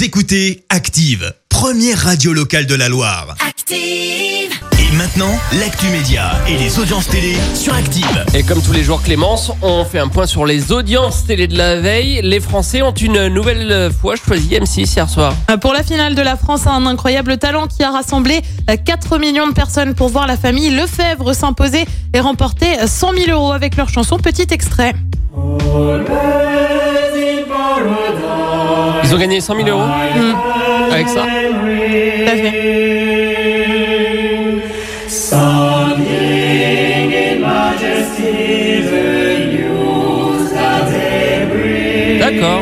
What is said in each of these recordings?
Vous écoutez Active, première radio locale de la Loire. Active! Et maintenant, l'actu média et les audiences télé sur Active. Et comme tous les jours, Clémence, on fait un point sur les audiences télé de la veille. Les Français ont une nouvelle fois choisi M6 hier soir. Pour la finale de la France a un incroyable talent qui a rassemblé 4 millions de personnes pour voir la famille Lefebvre s'imposer et remporter 100 000 € avec leur chanson Petit extrait. Ils ont gagné 100 000 € avec ça. Tout à fait. D'accord.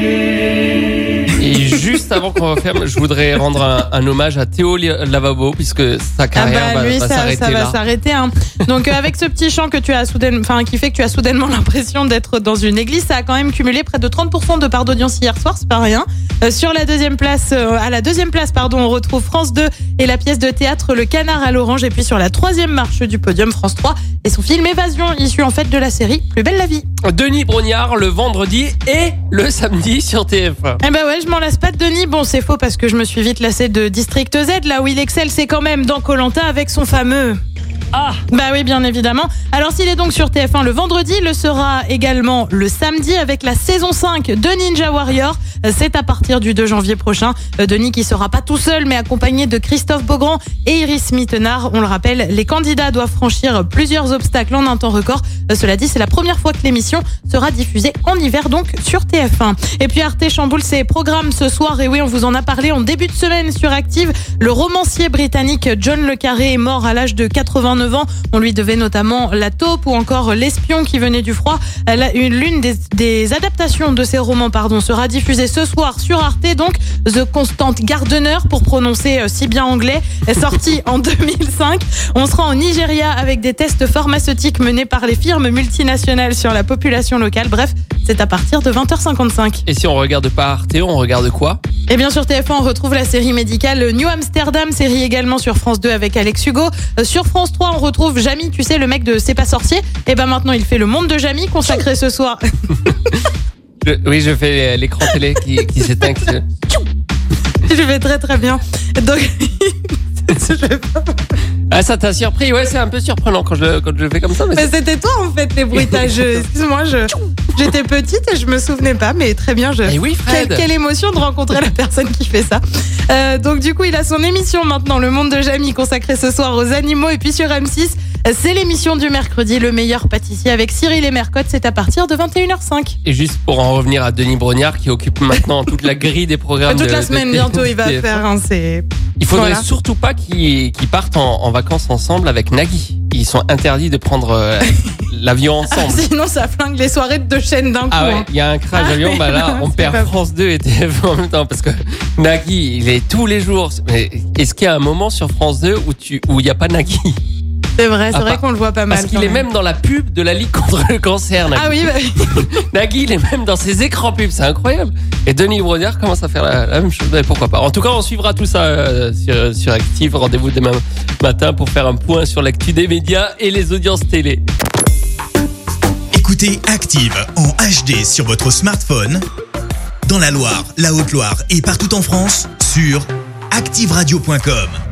Et juste avant qu'on ferme, je voudrais rendre un hommage à Théo Lavabo puisque sa carrière lui, va ça s'arrêter là. va s'arrêter. Hein. Donc avec ce petit chant que tu as qui fait que tu as soudainement l'impression d'être dans une église, ça a quand même cumulé près de 30% de part d'audience hier soir, c'est pas rien. Sur la deuxième place, on retrouve France 2 et la pièce de théâtre Le Canard à l'Orange. Et puis sur la troisième marche du podium, France 3 et son film Évasion, issu en fait de la série Plus belle la vie. Denis Brognard le vendredi et le samedi sur TF1. Eh ben ouais, je m'en lasse pas de Denis. Bon, c'est faux parce que je me suis vite lassée de District Z. Là où il excelle, c'est quand même dans Koh-Lanta avec son fameux... Ah! Bah oui, bien évidemment. Alors s'il est donc sur TF1 le vendredi, le sera également le samedi avec la saison 5 de Ninja Warrior. C'est à partir du 2 janvier prochain. Denis qui sera pas tout seul mais accompagné de Christophe Beaugrand et Iris Mittenard. On le rappelle, les candidats doivent franchir plusieurs obstacles en un temps record. Cela dit, c'est la première fois que l'émission sera diffusée en hiver donc sur TF1. Et puis Arte chamboule ses programmes ce soir. Et oui, on vous en a parlé en début de semaine sur Active. Le romancier britannique John le Carré est mort à l'âge de 89 ans. On lui devait notamment La Taupe ou encore L'espion qui venait du froid. L'une des adaptations de ces romans sera diffusée ce soir sur Arte. Donc The Constant Gardener, pour prononcer si bien anglais, est sorti en 2005. On sera en Nigeria avec des tests pharmaceutiques menés par les firmes multinationales sur la population locale. Bref, c'est à partir de 20h55. Et si on regarde pas Arte, on regarde quoi? Et bien sur TF1, on retrouve la série médicale New Amsterdam, série également sur France 2 avec Alex Hugo. Sur France 3, on retrouve Jamy, tu sais, le mec de C'est pas sorcier. Et ben maintenant, il fait Le Monde de Jamy, consacré ce soir. Je fais l'écran télé qui s'éteint. Je fais très très bien. Donc... Ah, ça t'a surpris? Ouais, c'est un peu surprenant quand je le fais comme ça. Mais c'était toi en fait, les bruitages. Excuse-moi, j'étais petite et je me souvenais pas, mais très bien. Et oui, Fred. Quelle émotion de rencontrer la personne qui fait ça. Donc du coup, il a son émission maintenant, Le Monde de Jamy, consacrée ce soir aux animaux. Et puis sur M6, c'est l'émission du mercredi, Le Meilleur Pâtissier avec Cyril et Mercotte. C'est à partir de 21h05. Et juste pour en revenir à Denis Brognard qui occupe maintenant toute la grille des programmes. Toute la semaine bientôt, il va faire. Il faudrait surtout pas qu'ils partent en vacances ensemble avec Nagui. Ils sont interdits de prendre l'avion ensemble. Sinon, ça flingue les soirées de 2 chaînes d'un coup. Ah ouais, il y a un crash d'avion. Bah là, on perd France 2 et TF1 en même temps parce que Nagui, il est tous les jours. Mais est-ce qu'il y a un moment sur France 2 où il n'y a pas Nagui? C'est vrai qu'on le voit pas mal. Parce qu'il est même dans la pub de la Ligue contre le cancer, Nagui. Ah oui, bah... Nagui, il est même dans ses écrans pubs, c'est incroyable. Et Denis Brognard commence à faire la même chose, mais pourquoi pas. En tout cas, on suivra tout ça sur Active. Rendez-vous demain matin pour faire un point sur l'actu des médias et les audiences télé. Écoutez Active en HD sur votre smartphone, dans la Loire, la Haute-Loire et partout en France, sur activeradio.com.